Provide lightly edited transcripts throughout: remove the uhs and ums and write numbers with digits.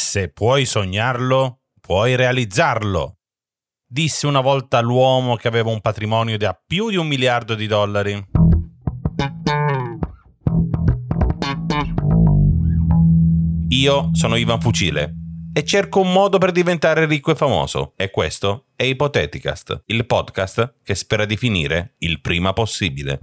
Se puoi sognarlo, puoi realizzarlo, disse una volta l'uomo che aveva un patrimonio da più di $1 miliardo. Io sono Ivan Fucile e cerco un modo per diventare ricco e famoso, e questo è Ipoteticast, il podcast che spera di finire il prima possibile.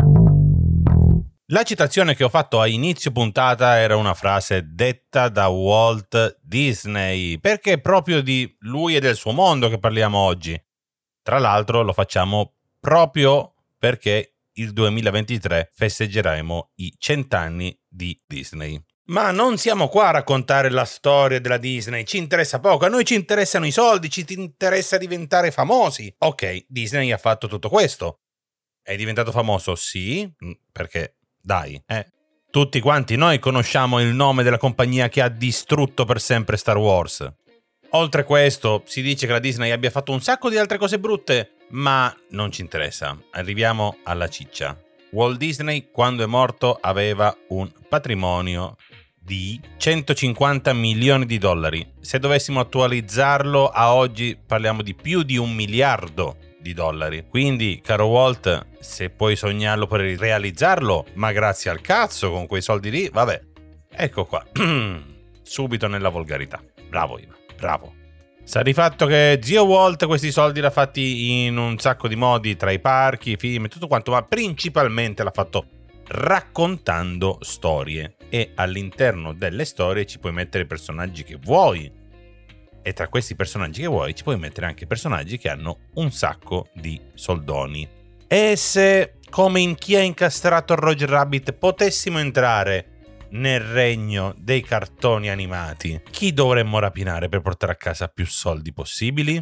La citazione che ho fatto a inizio puntata era una frase detta da Walt Disney, perché è proprio di lui e del suo mondo che parliamo oggi. Tra l'altro lo facciamo proprio perché il 2023 festeggeremo i 100 anni di Disney. Ma non siamo qua a raccontare la storia della Disney, ci interessa poco, a noi ci interessano i soldi, ci interessa diventare famosi. Ok, Disney ha fatto tutto questo. È diventato famoso? Sì, perché... Dai, tutti quanti noi conosciamo il nome della compagnia che ha distrutto per sempre Star Wars. Oltre a questo, si dice che la Disney abbia fatto un sacco di altre cose brutte, ma non ci interessa. Arriviamo alla ciccia. Walt Disney, quando è morto, aveva un patrimonio di $150 milioni. Se dovessimo attualizzarlo a oggi, parliamo di più di $1 miliardo. Quindi, caro Walt, se puoi sognarlo per realizzarlo, ma grazie al cazzo con quei soldi lì, vabbè. Ecco qua, subito nella volgarità. Bravo Iva, bravo. Sta di fatto che zio Walt questi soldi l'ha fatti in un sacco di modi, tra i parchi, film e tutto quanto, ma principalmente l'ha fatto raccontando storie. E all'interno delle storie ci puoi mettere i personaggi che vuoi. E tra questi personaggi che vuoi ci puoi mettere anche personaggi che hanno un sacco di soldoni. E se, come in Chi ha incastrato Roger Rabbit, potessimo entrare nel regno dei cartoni animati, chi dovremmo rapinare per portare a casa più soldi possibili?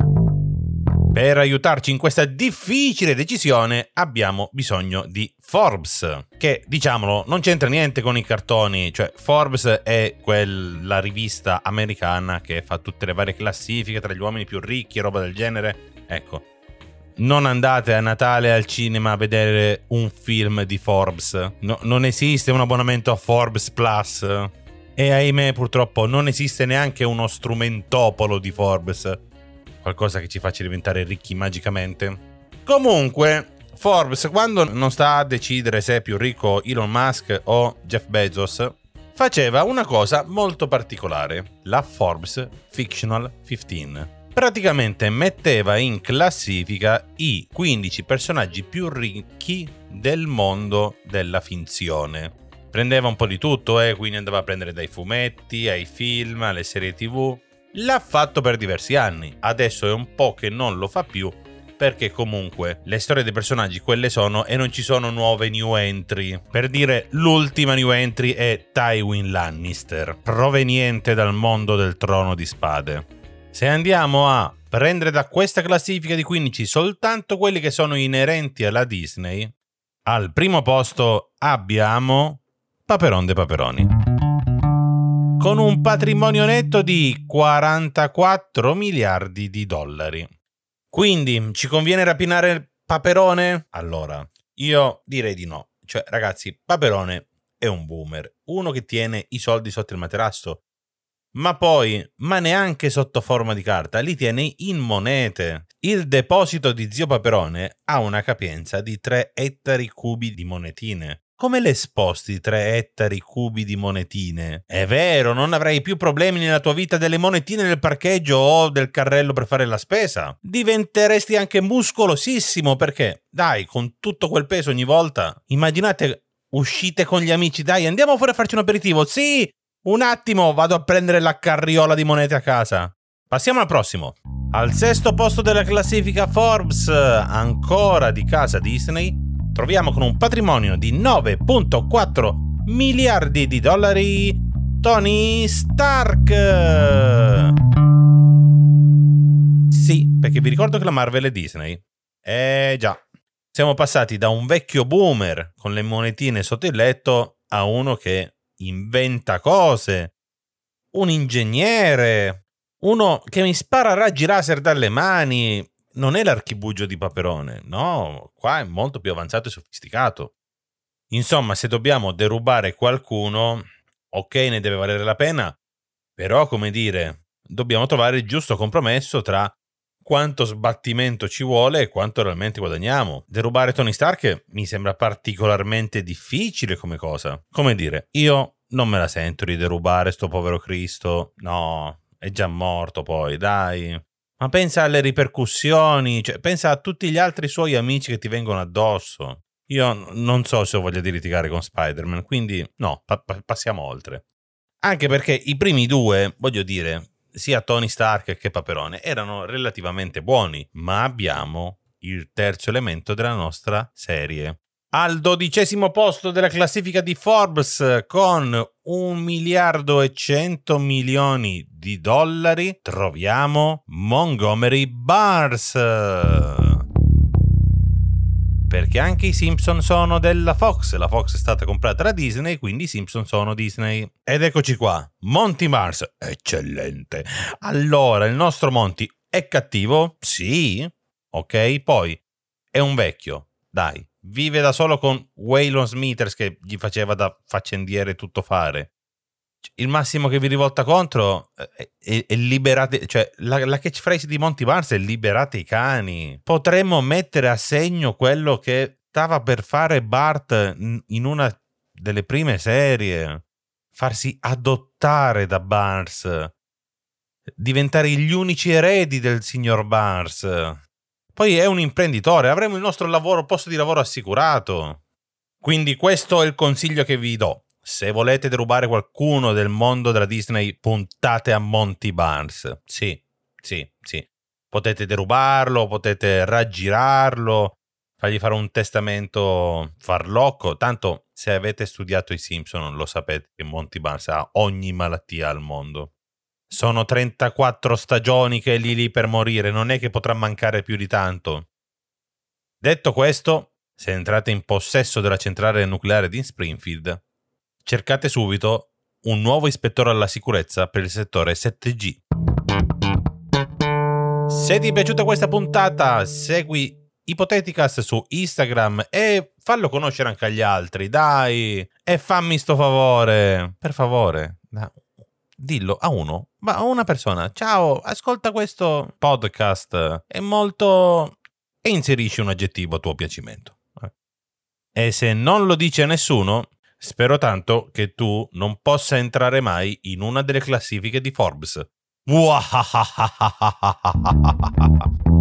Per aiutarci in questa difficile decisione abbiamo bisogno di Forbes, che, diciamolo, non c'entra niente con i cartoni. Cioè, Forbes è quella rivista americana che fa tutte le varie classifiche tra gli uomini più ricchi e roba del genere. Ecco, non andate a Natale al cinema a vedere un film di Forbes. No, non esiste un abbonamento a Forbes Plus. E ahimè, purtroppo, non esiste neanche uno strumentopolo di Forbes. Qualcosa che ci faccia diventare ricchi magicamente. Comunque, Forbes, quando non sta a decidere se è più ricco Elon Musk o Jeff Bezos, faceva una cosa molto particolare, la Forbes Fictional 15. Praticamente metteva in classifica i 15 personaggi più ricchi del mondo della finzione. Prendeva un po' di tutto, quindi andava a prendere dai fumetti, ai film, alle serie TV. L'ha fatto per diversi anni, adesso è un po' che non lo fa più, perché comunque le storie dei personaggi quelle sono e non ci sono nuove new entry. Per dire, l'ultima new entry è Tywin Lannister, proveniente dal mondo del Trono di Spade. Se andiamo a prendere da questa classifica di 15 soltanto quelli che sono inerenti alla Disney, al primo posto abbiamo Paperon de Paperoni, con un patrimonio netto di $44 miliardi. Quindi, ci conviene rapinare il Paperone? Allora, io direi di no. Cioè, ragazzi, Paperone è un boomer, uno che tiene i soldi sotto il materasso, ma neanche sotto forma di carta, li tiene in monete. Il deposito di zio Paperone ha una capienza di 3 ettari cubi di monetine. Come le sposti 3 ettari cubi di monetine? È vero, non avrai più problemi nella tua vita delle monetine del parcheggio o del carrello per fare la spesa. Diventeresti anche muscolosissimo perché, dai, con tutto quel peso ogni volta, immaginate, uscite con gli amici, dai, andiamo fuori a farci un aperitivo. Sì, un attimo, vado a prendere la carriola di monete a casa. Passiamo al prossimo. Al 6° posto della classifica Forbes, ancora di casa Disney, troviamo con un patrimonio di $9.4 miliardi Tony Stark. Sì, perché vi ricordo che la Marvel è Disney. Già, siamo passati da un vecchio boomer con le monetine sotto il letto a uno che inventa cose, un ingegnere, uno che mi spara raggi laser dalle mani. Non è l'archibugio di Paperone, no, qua è molto più avanzato e sofisticato. Insomma, se dobbiamo derubare qualcuno, ok, ne deve valere la pena, però, come dire, dobbiamo trovare il giusto compromesso tra quanto sbattimento ci vuole e quanto realmente guadagniamo. Derubare Tony Stark mi sembra particolarmente difficile come cosa. Come dire, io non me la sento di derubare sto povero Cristo. No, è già morto poi, dai. Ma pensa alle ripercussioni, cioè pensa a tutti gli altri suoi amici che ti vengono addosso. Io non so se ho voglia di litigare con Spider-Man, quindi no, passiamo oltre. Anche perché i primi due, voglio dire, sia Tony Stark che Paperone erano relativamente buoni, ma abbiamo il terzo elemento della nostra serie. Al 12° posto della classifica di Forbes con $1,1 miliardi troviamo Montgomery Burns. Perché anche i Simpson sono della Fox. La Fox è stata comprata da Disney, quindi i Simpson sono Disney. Ed eccoci qua, Monty Burns, eccellente. Allora, il nostro Monty è cattivo? Sì, ok. Poi è un vecchio, dai, vive da solo con Waylon Smithers che gli faceva da faccendiere tutto fare. Il massimo che vi rivolta contro è liberate, cioè la catchphrase di Monty Burns è liberate i cani. Potremmo mettere a segno quello che stava per fare Bart in una delle prime serie, farsi adottare da Burns, diventare gli unici eredi del signor Burns. Poi è un imprenditore, avremo il nostro posto di lavoro assicurato. Quindi questo è il consiglio che vi do. Se volete derubare qualcuno del mondo della Disney, puntate a Monty Burns. Sì. Potete derubarlo, potete raggirarlo, fargli fare un testamento farlocco. Tanto se avete studiato i Simpson lo sapete che Monty Burns ha ogni malattia al mondo. Sono 34 stagioni che è lì per morire, non è che potrà mancare più di tanto. Detto questo, se entrate in possesso della centrale nucleare di Springfield, cercate subito un nuovo ispettore alla sicurezza per il settore 7G. Se ti è piaciuta questa puntata, segui Ipoteticast su Instagram e fallo conoscere anche agli altri, dai! E fammi sto favore, per favore, dillo a una persona. Ciao, ascolta questo podcast, è molto... e inserisci un aggettivo a tuo piacimento. E se non lo dice nessuno... spero tanto che tu non possa entrare mai in una delle classifiche di Forbes.